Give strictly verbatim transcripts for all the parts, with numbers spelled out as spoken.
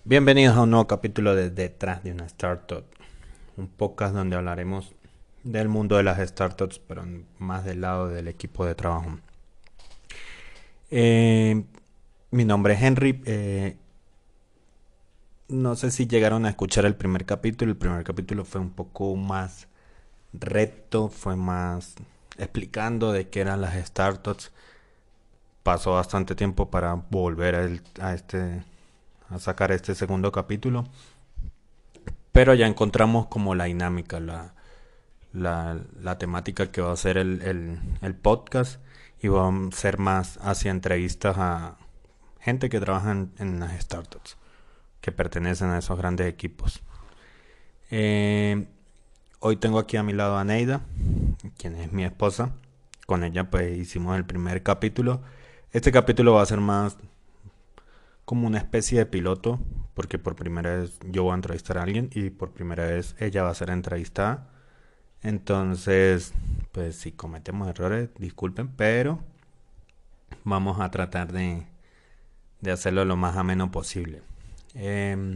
Bienvenidos a un nuevo capítulo de Detrás de una Startup, un podcast donde hablaremos del mundo de las startups, pero más del lado del equipo de trabajo. Eh, Mi nombre es Henry. Eh, no sé si llegaron a escuchar el primer capítulo. El primer capítulo fue un poco más recto, fue más explicando de qué eran las startups. Pasó bastante tiempo para volver a, el- a este a sacar este segundo capítulo, pero ya encontramos como la dinámica, la, la, la temática que va a ser el, el, el podcast, y va a ser más hacia entrevistas a gente que trabaja en, en las startups, que pertenecen a esos grandes equipos. Eh, Hoy tengo aquí a mi lado a Neida, quien es mi esposa. Con ella pues hicimos el primer capítulo. Este capítulo va a ser más como una especie de piloto, porque por primera vez yo voy a entrevistar a alguien y por primera vez ella va a ser entrevistada. Entonces, pues si cometemos errores, disculpen, pero vamos a tratar de, de hacerlo lo más ameno posible. Eh,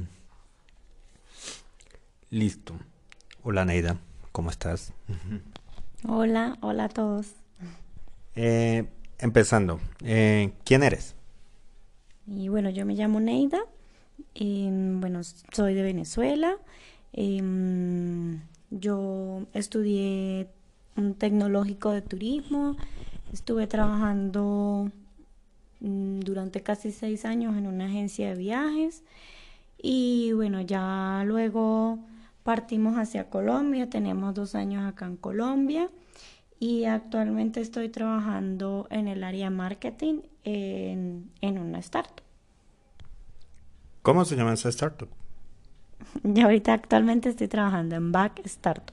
Listo. Hola Neida, ¿cómo estás? Hola, hola a todos. Eh, Empezando, eh, ¿quién eres? Y bueno, yo me llamo Neida. em, bueno, soy de Venezuela. em, yo estudié un tecnológico de turismo. Estuve trabajando mm, durante casi seis años en una agencia de viajes. Y bueno, ya luego partimos hacia Colombia. Tenemos dos años acá en Colombia. Y actualmente estoy trabajando en el área marketing en, en una startup. ¿Cómo se llama esa startup? Y ahorita actualmente estoy trabajando en Back Startup.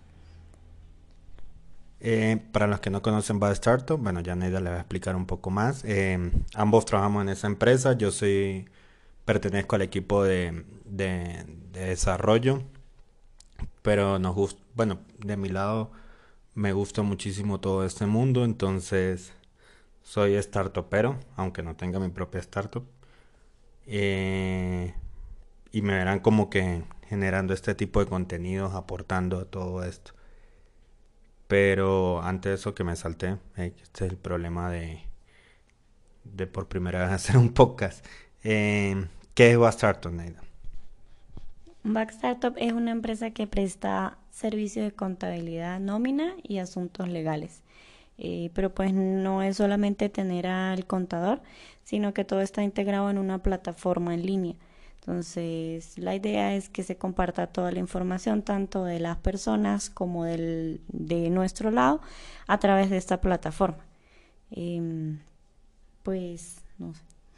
Eh, para los que no conocen Bad Startup, bueno, ya Neida le va a explicar un poco más. Eh, ambos trabajamos en esa empresa. Yo soy, pertenezco al equipo de, de, de desarrollo, pero nos gusta, bueno, de mi lado me gusta muchísimo todo este mundo, entonces soy startupero, aunque no tenga mi propia startup. Eh, y me verán como que generando este tipo de contenidos, aportando a todo esto. Pero antes de eso que me salté, eh, este es el problema de, de por primera vez hacer un podcast. Eh, ¿Qué es What Startup, Neida? Back Startup es una empresa que presta servicios de contabilidad, nómina y asuntos legales. Eh, pero pues no es solamente tener al contador, sino que todo está integrado en una plataforma en línea. Entonces, la idea es que se comparta toda la información, tanto de las personas como del, de nuestro lado, a través de esta plataforma. Eh, pues, no sé.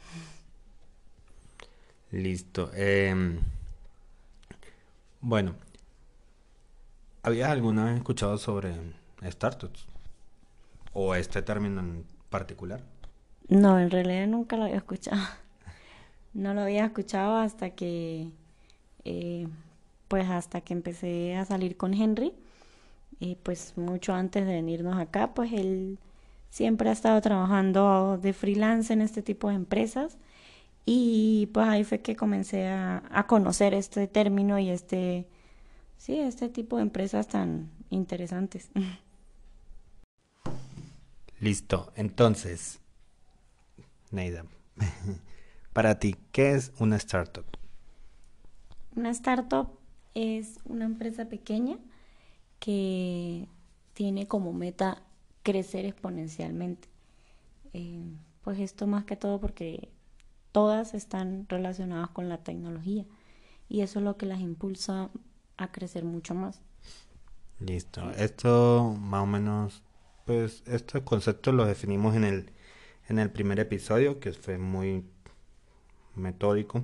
Listo. Eh, bueno, ¿habías alguna vez escuchado sobre startups? ¿O este término en particular? No, en realidad nunca lo había escuchado. No lo había escuchado hasta que, eh, pues hasta que empecé a salir con Henry. Y pues mucho antes de venirnos acá, pues él siempre ha estado trabajando de freelance en este tipo de empresas. Y pues ahí fue que comencé a, a conocer este término y este, sí, este tipo de empresas tan interesantes. Listo. Entonces, Neida, para ti, ¿qué es una startup? Una startup es una empresa pequeña que tiene como meta crecer exponencialmente. Eh, pues esto más que todo porque todas están relacionadas con la tecnología y eso es lo que las impulsa a crecer mucho más. Listo. Sí. Esto más o menos, pues estos conceptos los definimos en el, en el primer episodio, que fue muy metódico.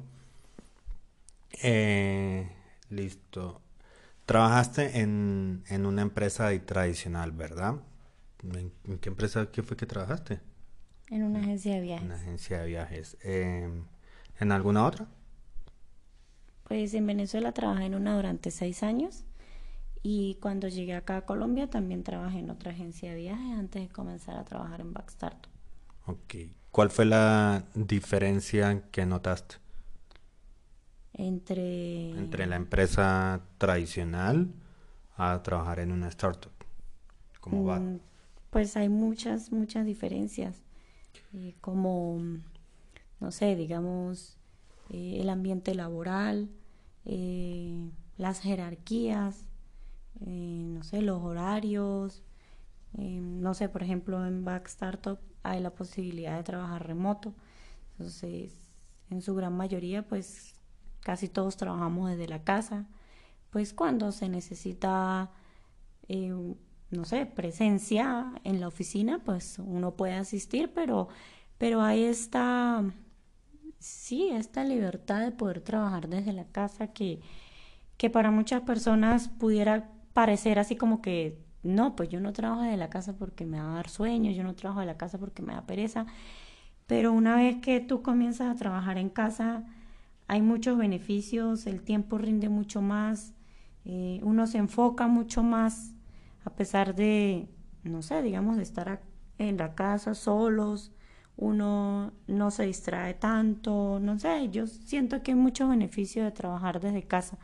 Eh, Listo. Trabajaste en, en una empresa tradicional, ¿verdad? ¿En, en qué empresa qué fue que trabajaste? En una agencia de Una viajes. agencia de viajes. Eh, ¿En alguna otra? Pues en Venezuela trabajé en una durante seis años y cuando llegué acá a Colombia también trabajé en otra agencia de viajes antes de comenzar a trabajar en Backstartup. Ok. ¿Cuál fue la diferencia que notaste? entre, Entre la empresa tradicional a trabajar en una startup, como va. mm, pues hay muchas, muchas diferencias, eh, como, no sé, digamos, eh, el ambiente laboral, eh, las jerarquías, eh, no sé, los horarios, eh, no sé, por ejemplo, en Back Startup hay la posibilidad de trabajar remoto, entonces, en su gran mayoría, pues casi todos trabajamos desde la casa, pues cuando se necesita, eh, no sé, presencia en la oficina, pues uno puede asistir, pero, pero hay esta, sí, esta libertad de poder trabajar desde la casa que, que para muchas personas pudiera parecer así como que, no, pues yo no trabajo desde la casa porque me va a dar sueño, yo no trabajo de la casa porque me da pereza, pero una vez que tú comienzas a trabajar en casa, hay muchos beneficios, el tiempo rinde mucho más, eh, uno se enfoca mucho más, a pesar de, no sé, digamos, de estar en la casa solos, uno no se distrae tanto, no sé, yo siento que hay muchos beneficios de trabajar desde casa.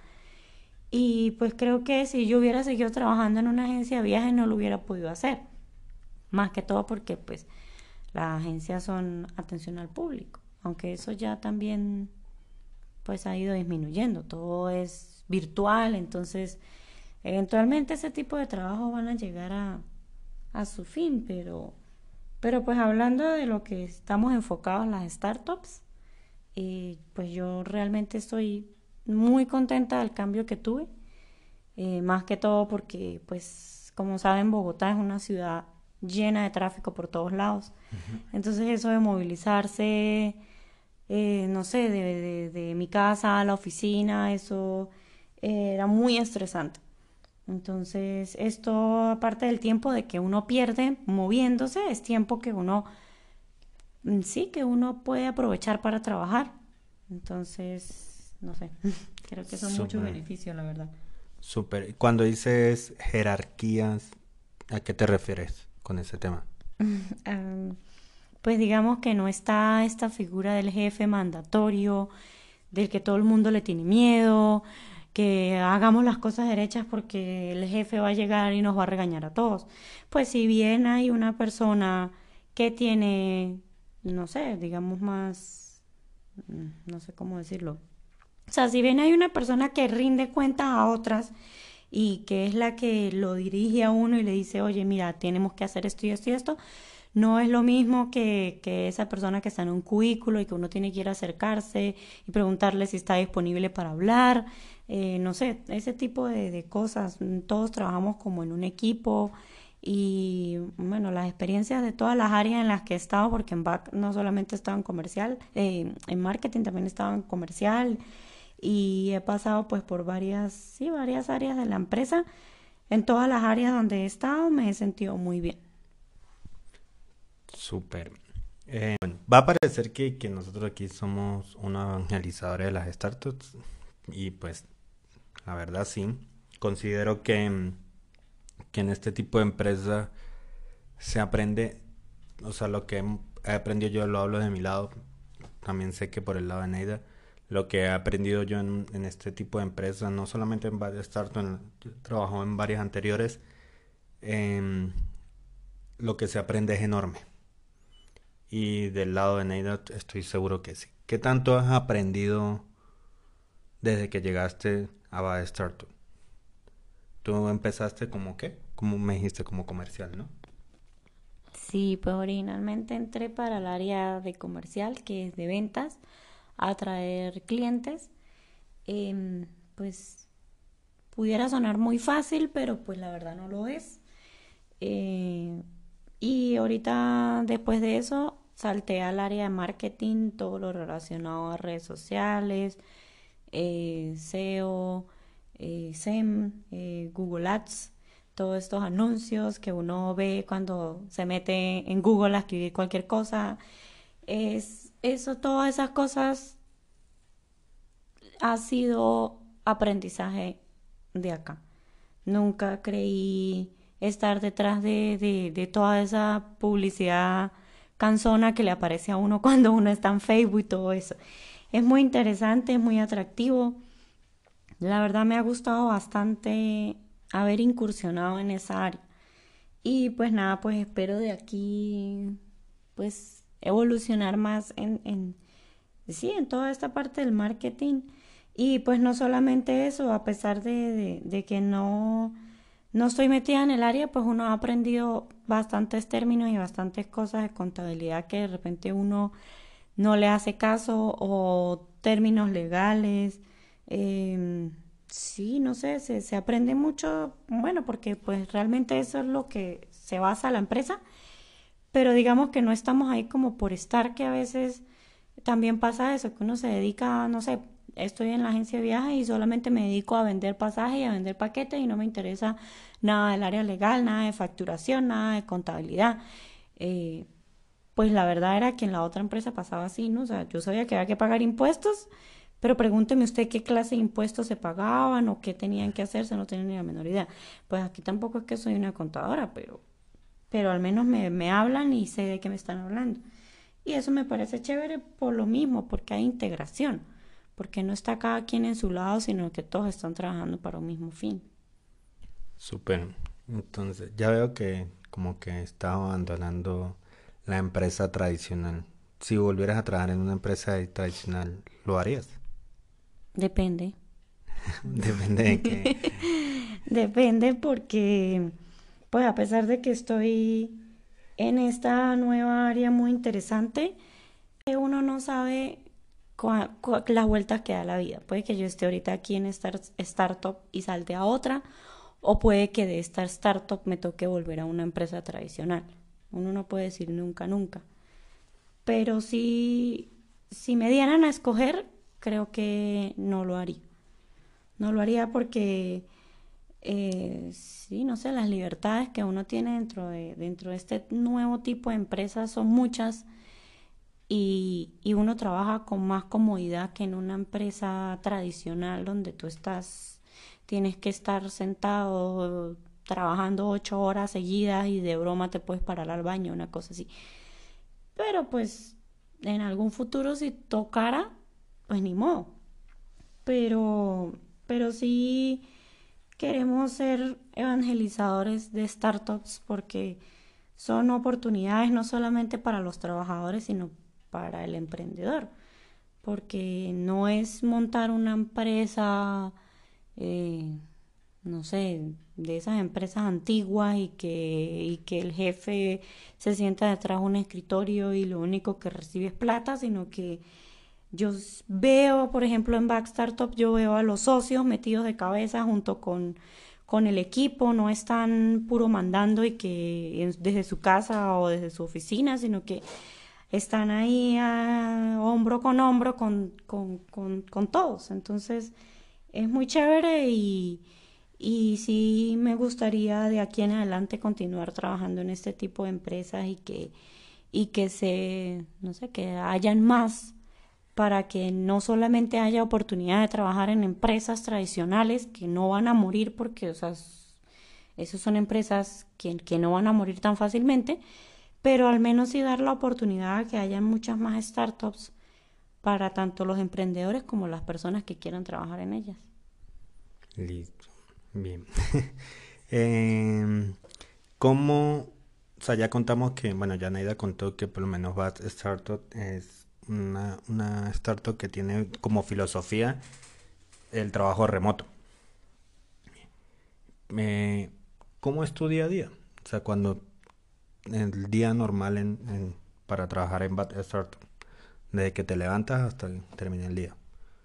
Y pues creo que si yo hubiera seguido trabajando en una agencia de viajes no lo hubiera podido hacer. Más que todo porque pues las agencias son atención al público. Aunque eso ya también pues ha ido disminuyendo. Todo es virtual, entonces eventualmente ese tipo de trabajos van a llegar a, a su fin, pero, pero pues hablando de lo que estamos enfocados en las startups, eh, pues yo realmente estoy muy contenta del cambio que tuve, eh, más que todo porque pues como saben Bogotá es una ciudad llena de tráfico por todos lados, Ujú. entonces eso de movilizarse, eh, no sé, de, de, de mi casa a la oficina, eso eh, era muy estresante. Entonces, esto, aparte del tiempo de que uno pierde moviéndose, es tiempo que uno, mm, sí, que uno puede aprovechar para trabajar. Entonces, no sé, creo que son muchos Súper, beneficios, la verdad. súper. Cuando dices jerarquías, ¿a qué te refieres con ese tema? Um, pues digamos que no está esta figura del jefe mandatorio, del que todo el mundo le tiene miedo, que hagamos las cosas derechas porque el jefe va a llegar y nos va a regañar a todos. Pues si bien hay una persona que tiene, no sé, digamos más, mm, no sé cómo decirlo. O sea, si bien hay una persona que rinde cuentas a otras y que es la que lo dirige a uno y le dice, oye, mira, tenemos que hacer esto y esto y esto, no es lo mismo que, que esa persona que está en un cubículo y que uno tiene que ir a acercarse y preguntarle si está disponible para hablar, eh, no sé, ese tipo de, de cosas. Todos trabajamos como en un equipo y bueno, las experiencias de todas las áreas en las que he estado, porque en back no solamente estaba en comercial, eh, en marketing también estaba en comercial y he pasado pues por varias, sí, varias áreas de la empresa. En todas las áreas donde he estado me he sentido muy bien. Súper. Eh, bueno, va a parecer que, que nosotros aquí somos una evangelizadora de las startups y pues la verdad sí. Considero que, mm, que en este tipo de empresa se aprende, o sea, lo que he aprendido yo lo hablo de mi lado, también sé que por el lado de Neida, lo que he aprendido yo en, en este tipo de empresas, no solamente en varias startups, en, trabajo en varias anteriores, em, lo que se aprende es enorme. Y del lado de Neida estoy seguro que sí. ¿Qué tanto has aprendido desde que llegaste a Bad Startup? Tú empezaste como qué? Como me dijiste, como comercial, ¿no? Sí, pues originalmente entré para el área de comercial, que es de ventas, a atraer clientes. Em, pues pudiera sonar muy fácil, pero pues la verdad no lo es. Eh, y ahorita, después de eso, salté al área de marketing, todo lo relacionado a redes sociales, eh, S E O, eh, S E M, eh, Google Ads, todos estos anuncios que uno ve cuando se mete en Google a escribir cualquier cosa. Es eso, todas esas cosas ha sido aprendizaje de acá. Nunca creí estar detrás de, de, de toda esa publicidad cansona que le aparece a uno cuando uno está en Facebook y todo eso. es muy interesante, es muy atractivo. La verdad me ha gustado bastante haber incursionado en esa área. Y pues nada, pues espero de aquí pues evolucionar más en, en sí, en toda esta parte del marketing. Y pues no solamente eso, a pesar de, de, de que no, no estoy metida en el área, pues uno ha aprendido bastantes términos y bastantes cosas de contabilidad que de repente uno no le hace caso o términos legales. Eh, sí, no sé, se, se aprende mucho, bueno, porque pues realmente eso es lo que se basa la empresa, pero digamos que no estamos ahí como por estar, que a veces también pasa eso, que uno se dedica, no sé, estoy en la agencia de viajes y solamente me dedico a vender pasajes y a vender paquetes y no me interesa nada del área legal, nada de facturación, nada de contabilidad. Eh, pues la verdad era que en la otra empresa pasaba así, ¿no? O sea, yo sabía que había que pagar impuestos, pero pregúnteme usted qué clase de impuestos se pagaban o qué tenían que hacerse, no tenía ni la menor idea. Pues aquí tampoco es que soy una contadora, pero, pero al menos me, me hablan y sé de qué me están hablando. Y eso me parece chévere por lo mismo, porque hay integración, porque no está cada quien en su lado, sino que todos están trabajando para un mismo fin. Súper. Entonces, ya veo que como que está abandonando la empresa tradicional. Si volvieras a trabajar en una empresa tradicional, ¿lo harías? Depende. Depende de que... Depende porque, pues a pesar de que estoy en esta nueva área muy interesante, uno no sabe cua- cua- las vueltas que da la vida. Puede que yo esté ahorita aquí en esta startup y salte a otra, o puede que de esta startup me toque volver a una empresa tradicional. Uno no puede decir nunca, nunca. Pero si, si me dieran a escoger, creo que no lo haría. No lo haría porque, eh, sí, no sé, las libertades que uno tiene dentro de, dentro de este nuevo tipo de empresas son muchas y, y uno trabaja con más comodidad que en una empresa tradicional donde tú estás, tienes que estar sentado trabajando ocho horas seguidas y de broma te puedes parar al baño, una cosa así. Pero pues en algún futuro si tocara, pues ni modo. Pero, pero sí queremos ser evangelizadores de startups porque son oportunidades no solamente para los trabajadores, sino para el emprendedor. Porque no es montar una empresa, eh, no sé, de esas empresas antiguas y que, y que el jefe se sienta detrás de un escritorio y lo único que recibe es plata, sino que yo veo, por ejemplo, en Back Startup, yo veo a los socios metidos de cabeza junto con, con el equipo, no están puro mandando y que en- desde su casa o desde su oficina, sino que están ahí a, hombro con hombro con, con, con, con todos. Entonces, es muy chévere y, y sí me gustaría de aquí en adelante continuar trabajando en este tipo de empresas y que, y que se, no sé, que hayan más para que no solamente haya oportunidad de trabajar en empresas tradicionales que no van a morir porque, o sea, esas son empresas que, que no van a morir tan fácilmente, pero al menos sí dar la oportunidad a que haya muchas más startups para tanto los emprendedores como las personas que quieran trabajar en ellas. Listo. Bien. Em, ¿Cómo? O sea, ya contamos que, bueno, ya Neida contó que por lo menos Bat Startup es una, una startup que tiene como filosofía el trabajo remoto. Eh, ¿Cómo es tu día a día? O sea, cuando el día normal en, en- para trabajar en Bat Startup, desde que te levantas hasta que termina el día.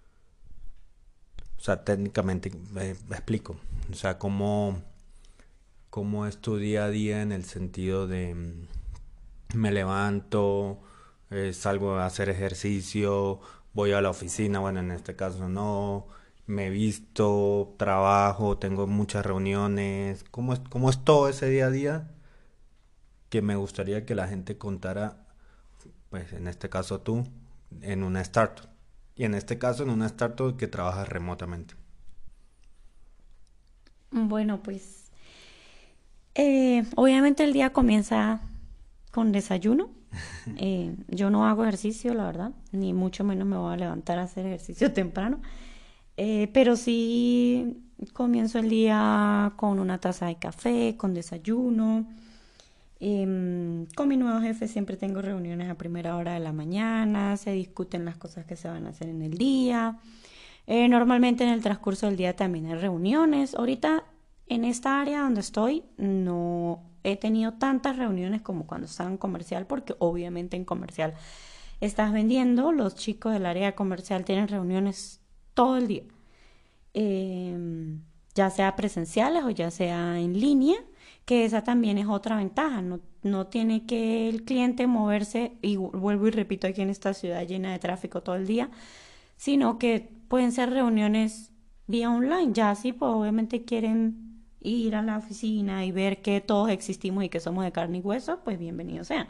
O sea, técnicamente, eh, me explico. O sea, ¿cómo, cómo es tu día a día en el sentido de mm, me levanto, eh, salgo a hacer ejercicio, voy a la oficina, bueno, en este caso no, me visto, trabajo, tengo muchas reuniones, ¿cómo es, cómo es todo ese día a día que me gustaría que la gente contara, pues en este caso tú, en una startup? Y en este caso en una startup que trabaja remotamente. Bueno, pues eh, obviamente el día comienza con desayuno. Eh, yo no hago ejercicio, la verdad, ni mucho menos me voy a levantar a hacer ejercicio temprano. Eh, pero sí comienzo el día con una taza de café, con desayuno. Em, con mi nuevo jefe siempre tengo reuniones a primera hora de la mañana, se discuten las cosas que se van a hacer en el día. Eh, normalmente en el transcurso del día también hay reuniones. Ahorita en esta área donde estoy no he tenido tantas reuniones como cuando estaba en comercial, porque obviamente en comercial estás vendiendo, los chicos del área comercial tienen reuniones todo el día, eh, ya sea presenciales o ya sea en línea, que esa también es otra ventaja, no, no tiene que el cliente moverse, y vuelvo y repito, aquí en esta ciudad llena de tráfico todo el día, sino que pueden ser reuniones vía online, ya así pues obviamente quieren ir a la oficina y ver que todos existimos y que somos de carne y hueso, pues bienvenidos sean.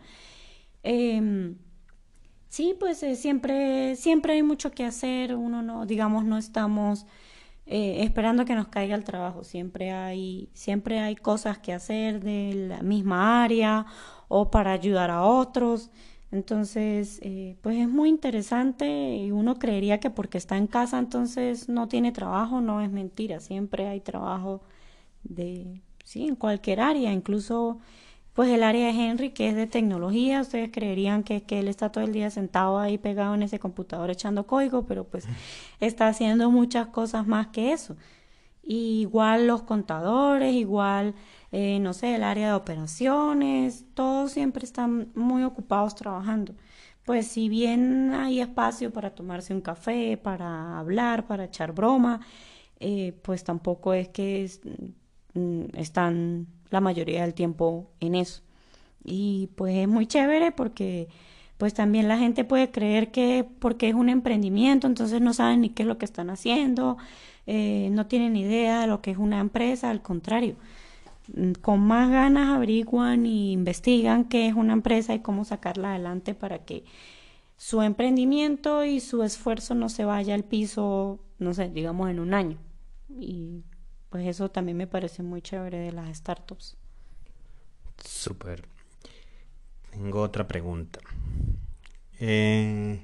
Eh, Sí, pues eh, siempre, siempre hay mucho que hacer, uno no, digamos, no estamos eh, esperando que nos caiga el trabajo, siempre hay, siempre hay cosas que hacer de la misma área o para ayudar a otros, entonces, eh, pues es muy interesante y uno creería que porque está en casa entonces no tiene trabajo, no es mentira, siempre hay trabajo de, sí, en cualquier área, incluso pues el área de Henry, que es de tecnología, ustedes creerían que, que él está todo el día sentado ahí pegado en ese computador echando código, pero pues está haciendo muchas cosas más que eso. Y igual los contadores, igual, eh, no sé, el área de operaciones, todos siempre están muy ocupados trabajando. Pues si bien hay espacio para tomarse un café, para hablar, para echar broma, eh, pues tampoco es que es- mm, están la mayoría del tiempo en eso. Y pues es muy chévere porque pues también la gente puede creer que porque es un emprendimiento, entonces no saben ni qué es lo que están haciendo, eh, no tienen idea de lo que es una empresa, al contrario, mm, con más ganas averiguan y investigan qué es una empresa y cómo sacarla adelante para que su emprendimiento y su esfuerzo no se vaya al piso, no sé, digamos en un año. Y pues eso también me parece muy chévere de las startups. Súper. Tengo otra pregunta. Eh,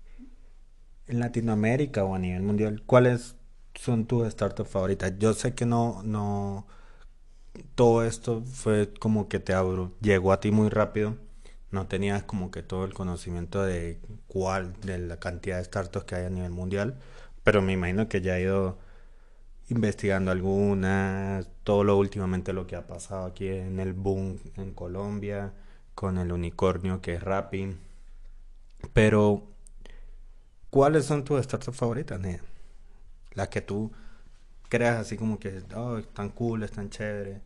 en Latinoamérica o a nivel mundial, ¿cuáles son tus startups favoritas? Yo sé que no, no, todo esto fue como que te abro, llegó a ti muy rápido. No tenías como que todo el conocimiento de cuál, de la cantidad de startups que hay a nivel mundial, pero me imagino que ya he ido investigando algunas, todo lo últimamente lo que ha pasado aquí en el boom en Colombia, con el unicornio que es Rappi. Pero, ¿cuáles son tus startups favoritas, Nia? Las que tú creas así como que, oh, están cool, están chévere.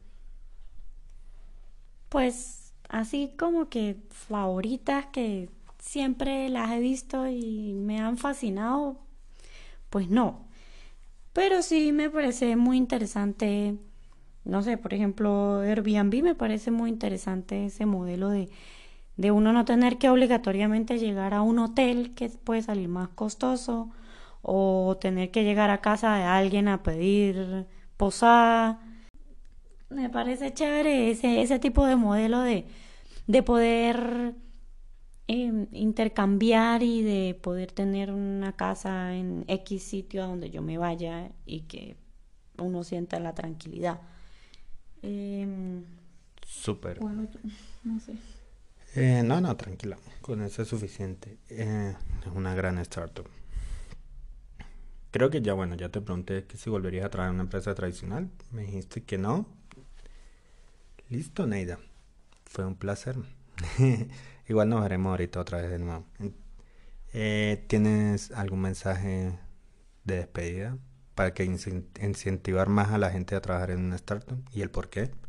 Pues así como que favoritas que siempre las he visto y me han fascinado, pues no. Pero sí me parece muy interesante, no sé, por ejemplo, Airbnb me parece muy interesante ese modelo de, de uno no tener que obligatoriamente llegar a un hotel que puede salir más costoso o tener que llegar a casa de alguien a pedir posada. Me parece chévere ese, ese tipo de modelo de, de poder eh, intercambiar y de poder tener una casa en X sitio a donde yo me vaya y que uno sienta la tranquilidad. Eh, Súper. ¿Cuál otro? No sé. Eh, no, no, tranquila. Con eso es suficiente. Eh, es una gran startup. Creo que ya, bueno, ya te pregunté que si volverías a trabajar en una empresa tradicional. Me dijiste que no. Listo, Neida. Fue un placer. Igual nos veremos ahorita otra vez de nuevo. Eh, ¿tienes algún mensaje de despedida para que incen- incentivar más a la gente a trabajar en una startup y el por qué?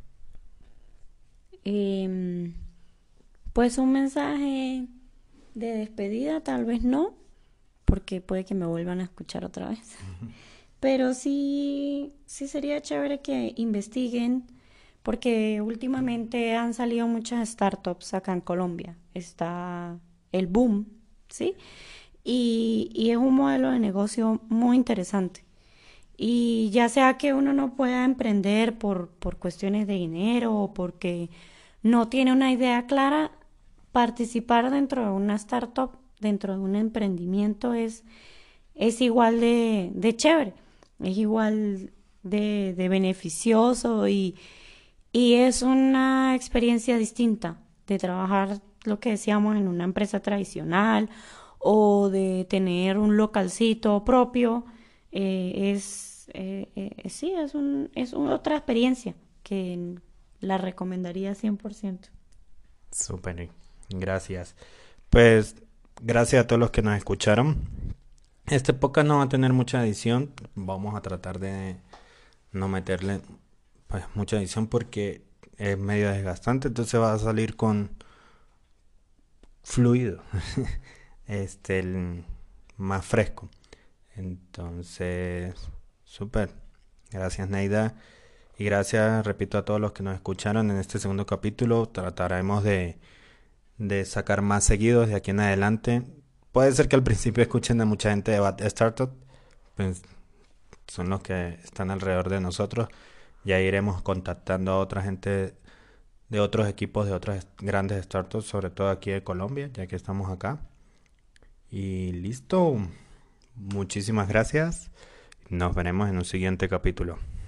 Eh, pues un mensaje de despedida, tal vez no, porque puede que me vuelvan a escuchar otra vez. Pero sí, sí sería chévere que investiguen, porque últimamente han salido muchas startups acá en Colombia. Está el boom, ¿sí? Y, y es un modelo de negocio muy interesante. Y ya sea que uno no pueda emprender por, por cuestiones de dinero o porque no tiene una idea clara, participar dentro de una startup, dentro de un emprendimiento es, es igual de, de chévere, es igual de, de beneficioso y, y es una experiencia distinta de trabajar, lo que decíamos, en una empresa tradicional o de tener un localcito propio. Eh, es, eh, eh, sí, es, un, es una otra experiencia que la recomendaría cien por ciento. Súper, gracias. Pues gracias a todos los que nos escucharon. Este podcast no va a tener mucha edición. Vamos a tratar de no meterle pues mucha edición porque es medio desgastante. Entonces va a salir con fluido. Este, el más fresco. Entonces, súper. Gracias, Neida. Y gracias, repito, a todos los que nos escucharon en este segundo capítulo. Trataremos de, de sacar más seguidos de aquí en adelante. Puede ser que al principio escuchen a mucha gente de Bad Startup, pues son los que están alrededor de nosotros. Ya iremos contactando a otra gente de otros equipos de otras grandes startups, sobre todo aquí de Colombia, ya que estamos acá. Y listo. Muchísimas gracias. Nos veremos en un siguiente capítulo.